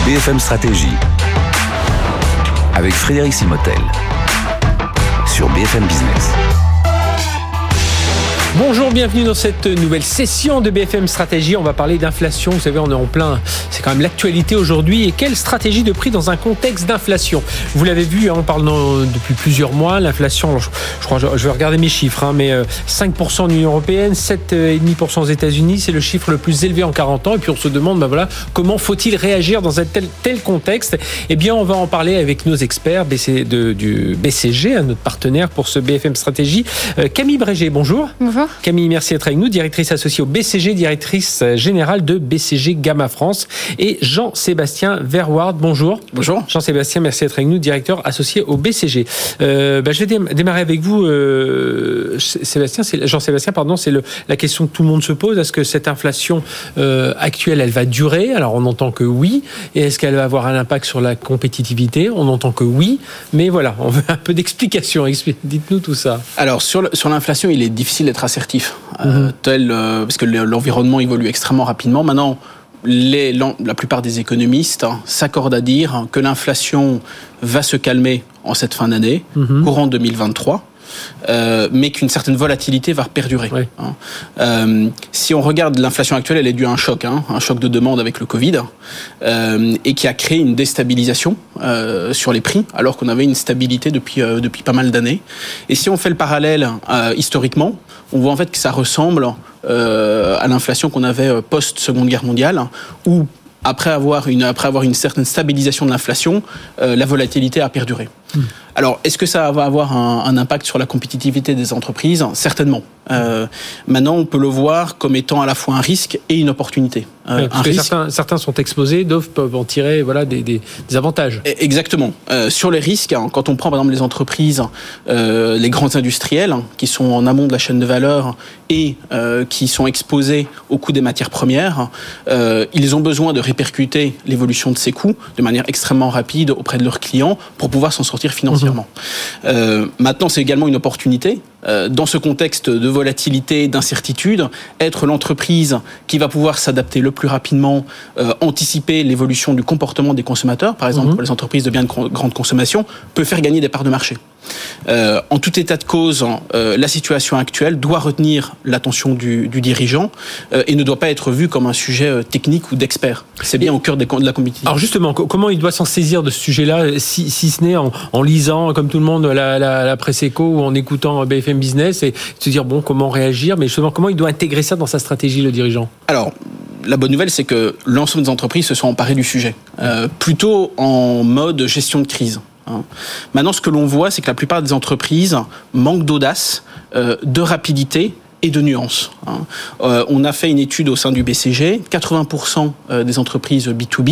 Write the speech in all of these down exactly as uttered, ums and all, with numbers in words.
B F M Stratégie avec Frédéric Simotel sur B F M Business. Bonjour, bienvenue dans cette nouvelle session de B F M Stratégie. On va parler d'inflation. Vous savez, on est en plein, c'est quand même l'actualité aujourd'hui. Et quelle stratégie de prix dans un contexte d'inflation ? Vous l'avez vu, hein, on parle dans, depuis plusieurs mois. L'inflation, je, je crois, je, je vais regarder mes chiffres, hein, mais euh, cinq pour cent en Union européenne, sept virgule cinq pour cent aux États-Unis. C'est le chiffre le plus élevé en quarante ans. Et puis on se demande, ben voilà, comment faut-il réagir dans un tel, tel contexte ? Eh bien, on va en parler avec nos experts B C, de, du B C G, hein, notre partenaire pour ce B F M Stratégie. Euh, Camille Bréger, bonjour. Bonjour. Camille, merci d'être avec nous, directrice associée au B C G, directrice générale de B C G Gamma France. Et Jean-Sébastien Verward, bonjour. Bonjour. Jean-Sébastien, merci d'être avec nous, directeur associé au B C G. Euh, bah, je vais dé- démarrer avec vous, euh, Sébastien, c'est, Jean-Sébastien, pardon, c'est le, la question que tout le monde se pose. Est-ce que cette inflation euh, actuelle, elle va durer ? Alors, on entend que oui. Et est-ce qu'elle va avoir un impact sur la compétitivité ? On entend que oui. Mais voilà, on veut un peu d'explication. Dites-nous tout ça. Alors, sur, le, sur l'inflation, il est difficile d'être assertif. Euh, mmh. tel, euh, parce que l'environnement évolue extrêmement rapidement. Maintenant, les, la plupart des économistes hein, s'accordent à dire que l'inflation va se calmer en cette fin d'année, mmh. courant deux mille vingt-trois. Euh, mais qu'une certaine volatilité va perdurer. Oui. Hein. Euh, si on regarde l'inflation actuelle, elle est due à un choc, hein, un choc de demande avec le Covid, euh, et qui a créé une déstabilisation euh, sur les prix, alors qu'on avait une stabilité depuis euh, depuis pas mal d'années. Et si on fait le parallèle euh, historiquement, on voit en fait que ça ressemble euh, à l'inflation qu'on avait post-Seconde Guerre mondiale, où après avoir une après avoir une certaine stabilisation de l'inflation, euh, la volatilité a perduré. Mmh. Alors, est-ce que ça va avoir un, un impact sur la compétitivité des entreprises ? Certainement. Euh, maintenant, on peut le voir comme étant à la fois un risque et une opportunité. Euh, oui, parce un que risque... certains, certains sont exposés, d'autres peuvent en tirer voilà, des, des, des avantages. Exactement. Euh, sur les risques, hein, quand on prend par exemple les entreprises, euh, les grands industriels hein, qui sont en amont de la chaîne de valeur et euh, qui sont exposés au coût des matières premières, euh, ils ont besoin de répercuter l'évolution de ces coûts de manière extrêmement rapide auprès de leurs clients pour pouvoir s'en sortir financièrement. Mmh. Euh, maintenant, c'est également une opportunité. Euh, dans ce contexte de volatilité, d'incertitude, être l'entreprise qui va pouvoir s'adapter le plus rapidement, euh, anticiper l'évolution du comportement des consommateurs, par exemple mmh. pour les entreprises de biens de grande consommation, peut faire gagner des parts de marché. Euh, en tout état de cause, euh, la situation actuelle doit retenir l'attention du, du dirigeant euh, et ne doit pas être vue comme un sujet euh, technique ou d'expert. C'est bien et, au cœur des, de la compétitivité. Alors justement, comment il doit s'en saisir de ce sujet-là, si, si ce n'est en, en lisant, comme tout le monde, la, la, la presse éco ou en écoutant B F M Business et se dire, bon, comment réagir, mais justement, comment il doit intégrer ça dans sa stratégie, le dirigeant ? Alors, la bonne nouvelle, c'est que l'ensemble des entreprises se sont emparées du sujet, euh, plutôt en mode gestion de crise. Maintenant, ce que l'on voit, c'est que la plupart des entreprises manquent d'audace, euh, de rapidité et de nuances. Euh, on a fait une étude au sein du B C G, quatre-vingts pour cent des entreprises B deux B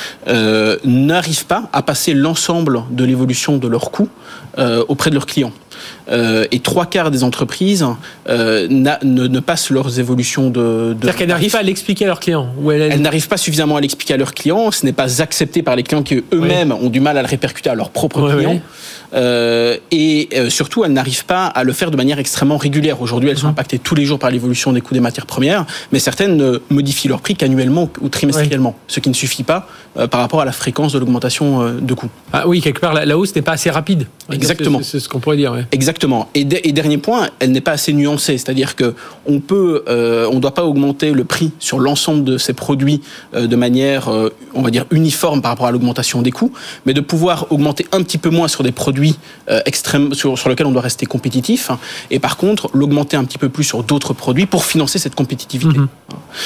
euh, n'arrivent pas à passer l'ensemble de l'évolution de leurs coûts euh, auprès de leurs clients. Euh, et trois quarts des entreprises euh, ne, ne passent leurs évolutions de... de C'est-à-dire qu'elles n'arrivent pas à l'expliquer à leurs clients ou elles... elles n'arrivent pas suffisamment à l'expliquer à leurs clients, ce n'est pas accepté par les clients qui eux-mêmes oui. ont du mal à le répercuter à leurs propres oui, clients. Oui. Euh, et euh, surtout, elles n'arrivent pas à le faire de manière extrêmement régulière. Aujourd'hui, elles sont impactées tous les jours par l'évolution des coûts des matières premières, mais certaines ne modifient leur prix qu'annuellement ou trimestriellement, oui. ce qui ne suffit pas euh, par rapport à la fréquence de l'augmentation euh, de coûts. Ah oui, quelque part, la, la hausse n'est pas assez rapide. Exactement. C'est, c'est ce qu'on pourrait dire. Oui. Exactement. Et, de, et dernier point, elle n'est pas assez nuancée, c'est-à-dire que on peut, euh, on ne doit pas augmenter le prix sur l'ensemble de ces produits euh, de manière, euh, on va dire, uniforme par rapport à l'augmentation des coûts, mais de pouvoir augmenter un petit peu moins sur des produits euh, extrêmes, sur, sur lesquels on doit rester compétitif, hein, et par contre l'augmenter un petit peu plus sur d'autres produits pour financer cette compétitivité. Mmh.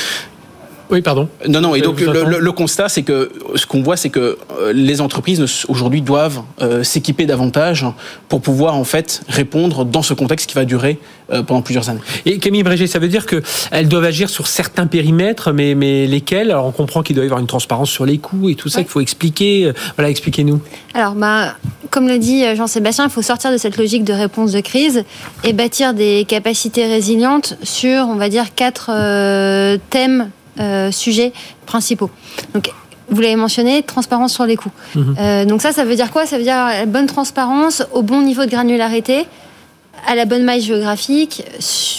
Oui, pardon. Non, non. Et donc le, le, le constat, c'est que ce qu'on voit, c'est que les entreprises aujourd'hui doivent euh, s'équiper davantage pour pouvoir en fait répondre dans ce contexte qui va durer euh, pendant plusieurs années. Et Camille Bréger, ça veut dire que elles doivent agir sur certains périmètres, mais mais lesquels ? Alors on comprend qu'il doit y avoir une transparence sur les coûts et tout ça, ouais. qu'il faut expliquer. Voilà, expliquez-nous. Alors bah comme l'a dit Jean-Sébastien, il faut sortir de cette logique de réponse de crise et bâtir des capacités résilientes sur, on va dire, quatre euh, thèmes. Euh, sujets principaux. Donc, vous l'avez mentionné, transparence sur les coûts. Mmh. Euh, donc ça, ça veut dire quoi ? Ça veut dire la bonne transparence, au bon niveau de granularité, à la bonne maille géographique,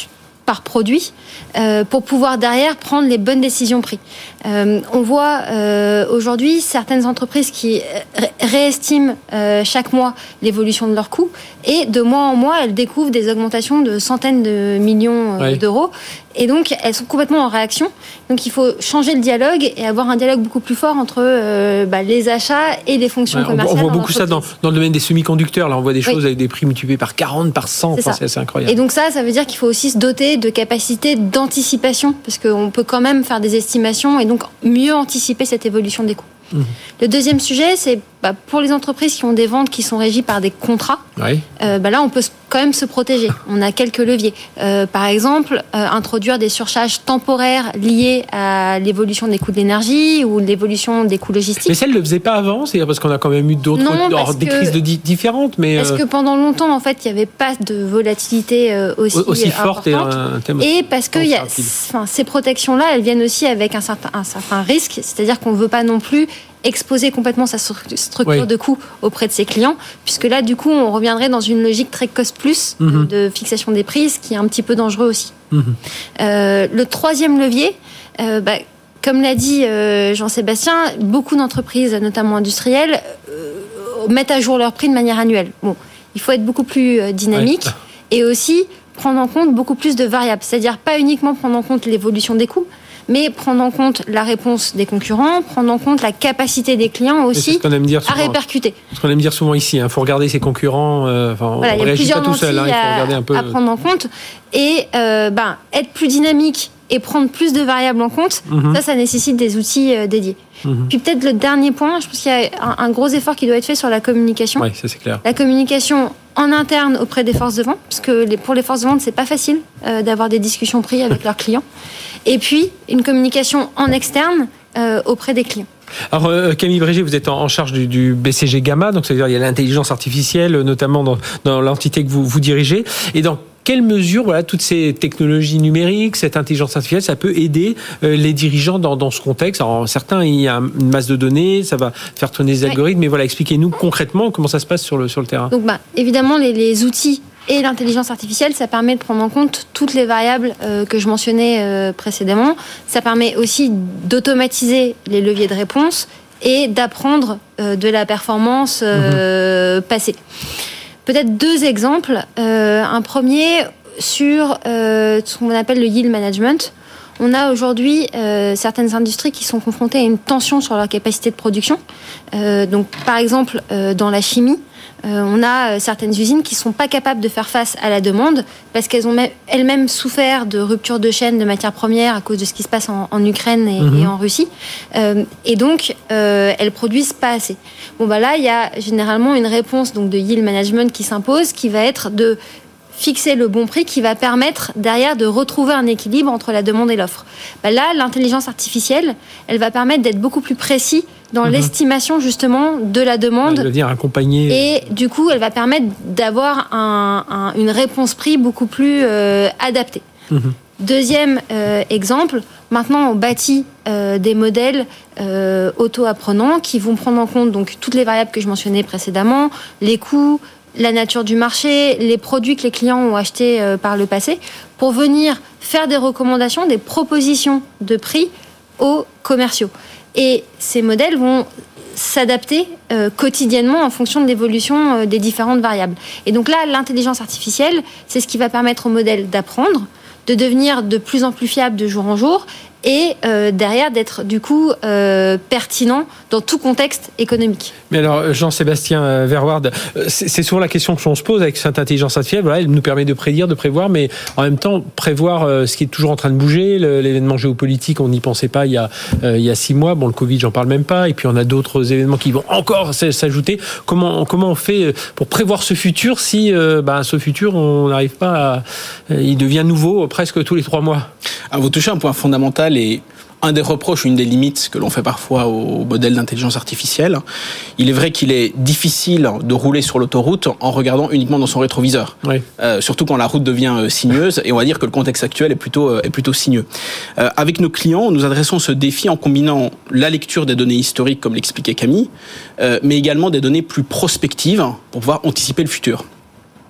par produit euh, pour pouvoir derrière prendre les bonnes décisions prises. Euh, on voit euh, aujourd'hui certaines entreprises qui ré- réestiment euh, chaque mois l'évolution de leurs coûts et de mois en mois, elles découvrent des augmentations de centaines de millions euh, oui. d'euros. Et donc, elles sont complètement en réaction. Donc, il faut changer le dialogue et avoir un dialogue beaucoup plus fort entre euh, bah, les achats et les fonctions ouais, commerciales. On voit beaucoup ça dans, dans le domaine des semi-conducteurs. Là, on voit des choses oui. avec des prix multipliés par quarante, par cent. C'est, enfin, c'est assez incroyable. Et donc ça, ça veut dire qu'il faut aussi se doter de capacités d'anticipation, parce qu'on peut quand même faire des estimations et donc mieux anticiper cette évolution des coûts. Mmh. Le deuxième sujet, c'est bah, pour les entreprises qui ont des ventes qui sont régies par des contrats. Oui. Euh, bah là, on peut quand même se protéger. On a quelques leviers. Euh, par exemple, euh, introduire des surcharges temporaires liées à l'évolution des coûts de l'énergie ou l'évolution des coûts logistiques. Mais ça, elle ne le faisait pas avant, c'est parce qu'on a quand même eu d'autres, non, alors, des crises de di- différentes. Mais parce euh... que pendant longtemps, en fait, il n'y avait pas de volatilité euh, aussi, aussi forte et, un thème et parce que y a, ces protections-là, elles viennent aussi avec un certain, un certain risque, c'est-à-dire qu'on ne veut pas non plus exposer complètement sa structure oui. de coûts auprès de ses clients, puisque là, du coup, on reviendrait dans une logique très cost-plus mm-hmm. de fixation des prix, ce qui est un petit peu dangereux aussi. Mm-hmm. Euh, le troisième levier, euh, bah, comme l'a dit euh, Jean-Sébastien, beaucoup d'entreprises, notamment industrielles, euh, mettent à jour leurs prix de manière annuelle. Bon, il faut être beaucoup plus euh, dynamique ouais. et aussi prendre en compte beaucoup plus de variables, c'est-à-dire pas uniquement prendre en compte l'évolution des coûts, mais prendre en compte la réponse des concurrents, prendre en compte la capacité des clients aussi ce qu'on aime dire souvent, à répercuter. Ce qu'on aime dire souvent ici, il hein, faut regarder ses concurrents, euh, enfin, voilà, on ne réagit pas tout seul, hein, il faut regarder un peu. À prendre en compte et euh, ben, être plus dynamique et prendre plus de variables en compte, mm-hmm. ça, ça nécessite des outils euh, dédiés. Mm-hmm. Puis peut-être le dernier point, je pense qu'il y a un, un gros effort qui doit être fait sur la communication. Oui, ça c'est clair. La communication en interne auprès des forces de vente, parce que les, pour les forces de vente, c'est pas facile euh, d'avoir des discussions prix avec leurs clients. Et puis, une communication en externe euh, auprès des clients. Alors euh, Camille Brégé, vous êtes en, en charge du, du B C G Gamma, donc ça veut dire il y a l'intelligence artificielle, notamment dans, dans l'entité que vous, vous dirigez. Et dans quelle mesure, voilà, toutes ces technologies numériques, cette intelligence artificielle, ça peut aider euh, les dirigeants dans, dans ce contexte? Alors certains, il y a une masse de données, ça va faire tourner des algorithmes, ouais. mais voilà, expliquez-nous concrètement comment ça se passe sur le, sur le terrain. Donc bah, évidemment, les, les outils et l'intelligence artificielle, ça permet de prendre en compte toutes les variables euh, que je mentionnais euh, précédemment. Ça permet aussi d'automatiser les leviers de réponse et d'apprendre euh, de la performance euh, mmh. passée. Peut-être deux exemples. Euh, un premier sur euh, ce qu'on appelle le yield management. On a aujourd'hui euh, certaines industries qui sont confrontées à une tension sur leur capacité de production. Euh, donc, par exemple, euh, dans la chimie, euh, on a certaines usines qui ne sont pas capables de faire face à la demande parce qu'elles ont même, elles-mêmes souffert de rupture de chaîne de matières premières à cause de ce qui se passe en, en Ukraine et, mmh. et en Russie. Euh, et donc, euh, elles produisent pas assez. Bon, bah là, il y a généralement une réponse donc, de yield management qui s'impose, qui va être de fixer le bon prix qui va permettre derrière de retrouver un équilibre entre la demande et l'offre. Ben là, l'intelligence artificielle, elle va permettre d'être beaucoup plus précis dans mmh. l'estimation justement de la demande. Elle va venir accompagner. Et du coup, elle va permettre d'avoir un, un, une réponse prix beaucoup plus euh, adaptée. Mmh. Deuxième euh, exemple, maintenant on bâtit euh, des modèles euh, auto-apprenants qui vont prendre en compte donc toutes les variables que je mentionnais précédemment, les coûts, la nature du marché, les produits que les clients ont achetés euh, par le passé, pour venir faire des recommandations, des propositions de prix aux commerciaux. Et ces modèles vont s'adapter euh, quotidiennement en fonction de l'évolution euh, des différentes variables. Et donc là, l'intelligence artificielle, c'est ce qui va permettre au modèle d'apprendre, de devenir de plus en plus fiable de jour en jour, et euh, derrière d'être du coup euh, pertinent dans tout contexte économique. Mais alors Jean-Sébastien Verward, c'est, c'est souvent la question que l'on se pose avec cette intelligence artificielle. Voilà, elle nous permet de prédire, de prévoir, mais en même temps prévoir euh, ce qui est toujours en train de bouger. Le, l'événement géopolitique, on n'y pensait pas il y a euh, il y a six mois. Bon, le Covid, j'en parle même pas. Et puis on a d'autres événements qui vont encore s'ajouter. Comment comment on fait pour prévoir ce futur si euh, bah, ce futur on n'arrive pas à, euh, il devient nouveau presque tous les trois mois. Alors vous touchez un point fondamental et un des reproches, une des limites que l'on fait parfois au modèle d'intelligence artificielle. Il est vrai qu'il est difficile de rouler sur l'autoroute en regardant uniquement dans son rétroviseur. Oui. Euh, surtout quand la route devient sinueuse, et on va dire que le contexte actuel est plutôt, est plutôt sinueux. Euh, avec nos clients, nous adressons ce défi en combinant la lecture des données historiques, comme l'expliquait Camille, euh, mais également des données plus prospectives pour pouvoir anticiper le futur.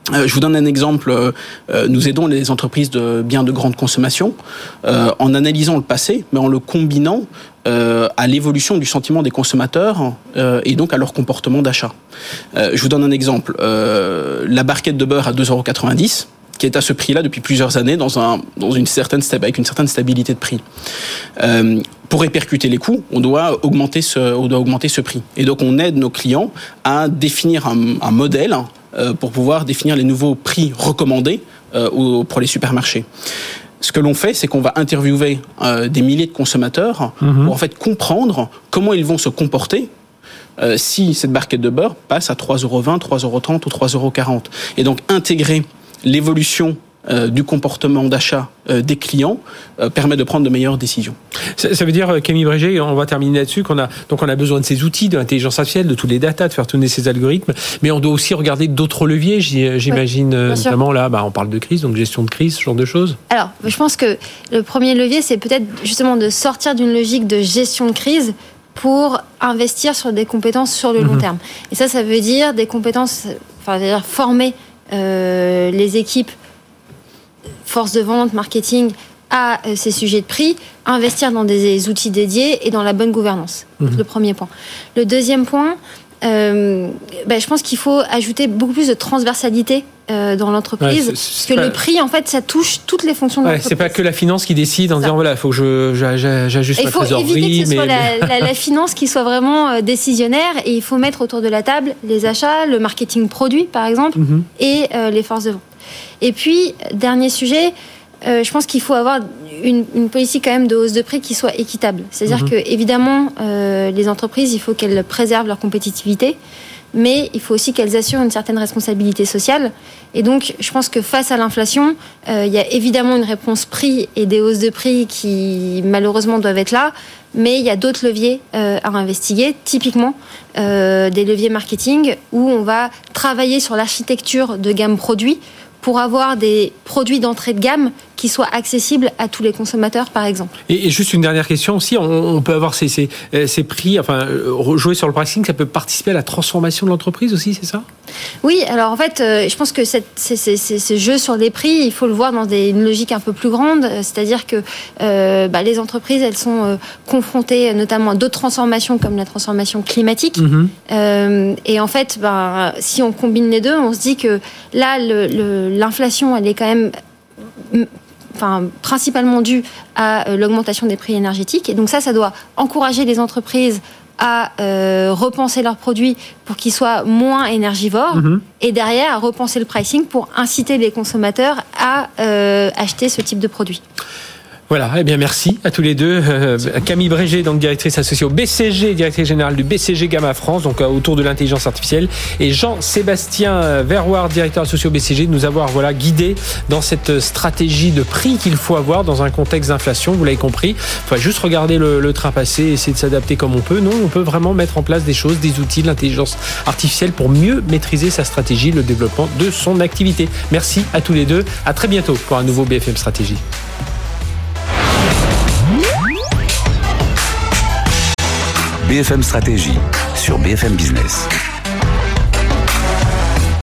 Euh, je vous donne un exemple. Euh, nous aidons les entreprises de biens de grande consommation euh, en analysant le passé, mais en le combinant euh, à l'évolution du sentiment des consommateurs euh, et donc à leur comportement d'achat. Euh, je vous donne un exemple. Euh, la barquette de beurre à deux euros quatre-vingt-dix, qui est à ce prix-là depuis plusieurs années, dans, un, dans une certaine, avec une certaine stabilité de prix. Euh, pour répercuter les coûts, on doit augmenter ce, on doit augmenter ce prix. Et donc on aide nos clients à définir un, un modèle euh, pour pouvoir définir les nouveaux prix recommandés euh, pour les supermarchés. Ce que l'on fait, c'est qu'on va interviewer euh, des milliers de consommateurs mmh. pour en fait comprendre comment ils vont se comporter euh, si cette barquette de beurre passe à trois euros vingt, trois euros trente ou trois euros quarante. Et donc intégrer l'évolution euh, du comportement d'achat euh, des clients euh, permet de prendre de meilleures décisions. Ça, ça veut dire, Camille Brégé, on va terminer là-dessus, qu'on a, donc on a besoin de ces outils, de l'intelligence artificielle, de tous les data, de faire tourner ces algorithmes, mais on doit aussi regarder d'autres leviers, j'imagine, oui, notamment là, bah, on parle de crise, donc gestion de crise, ce genre de choses. Alors, je pense que le premier levier, c'est peut-être justement de sortir d'une logique de gestion de crise pour investir sur des compétences sur le mmh. long terme. Et ça, ça veut dire des compétences, enfin, c'est-à-dire former Euh, les équipes force de vente, marketing à euh, ces sujets de prix, investir dans des outils dédiés et dans la bonne gouvernance. Mmh. C'est le premier point. Le deuxième point, euh, ben, je pense qu'il faut ajouter beaucoup plus de transversalité euh, dans l'entreprise, ouais, parce que pas... le prix, en fait, ça touche toutes les fonctions de ouais, l'entreprise. C'est pas que la finance qui décide en disant voilà, il faut que je, j'ajuste ma trésorerie. Il faut éviter que ce mais... soit la, la, la finance qui soit vraiment décisionnaire, et il faut mettre autour de la table les achats, le marketing produit, par exemple, mm-hmm. et euh, les forces de vente. Et puis, dernier sujet, euh, je pense qu'il faut avoir une, une politique quand même de hausse de prix qui soit équitable. C'est-à-dire mm-hmm. que, évidemment, euh, les entreprises, il faut qu'elles préservent leur compétitivité, mais il faut aussi qu'elles assurent une certaine responsabilité sociale. Et donc, je pense que face à l'inflation, euh, il y a évidemment une réponse prix et des hausses de prix qui, malheureusement, doivent être là, mais il y a d'autres leviers euh, à investiguer, typiquement euh, des leviers marketing, où on va travailler sur l'architecture de gamme produits pour avoir des produits d'entrée de gamme qui soient accessibles à tous les consommateurs, par exemple. Et, et juste une dernière question aussi, on, on peut avoir ces, ces, ces prix, enfin, jouer sur le pricing, ça peut participer à la transformation de l'entreprise aussi, c'est ça ? Oui, alors en fait, euh, je pense que cette, ces, ces, ces jeux sur les prix, il faut le voir dans des, une logique un peu plus grande, c'est-à-dire que euh, bah, les entreprises, elles sont euh, confrontées notamment à d'autres transformations comme la transformation climatique. Mmh. Euh, et en fait, bah, si on combine les deux, on se dit que là, le, le, l'inflation, elle est quand même... Enfin, principalement due à l'augmentation des prix énergétiques. Et donc ça, ça doit encourager les entreprises à euh, repenser leurs produits pour qu'ils soient moins énergivores, mmh. et derrière à repenser le pricing pour inciter les consommateurs à euh, acheter ce type de produit. Voilà, eh bien merci à tous les deux. Euh, Camille Brégé, donc directrice associée au B C G, directrice générale du B C G Gamma France, donc euh, autour de l'intelligence artificielle, et Jean-Sébastien Verroir, directeur associé au B C G, de nous avoir voilà guidé dans cette stratégie de prix qu'il faut avoir dans un contexte d'inflation. Vous l'avez compris, il faut juste regarder le, le train passer, essayer de s'adapter comme on peut. Non, on peut vraiment mettre en place des choses, des outils, de l'intelligence artificielle pour mieux maîtriser sa stratégie, le développement de son activité. Merci à tous les deux. À très bientôt pour un nouveau B F M Stratégie. B F M Stratégie sur B F M Business.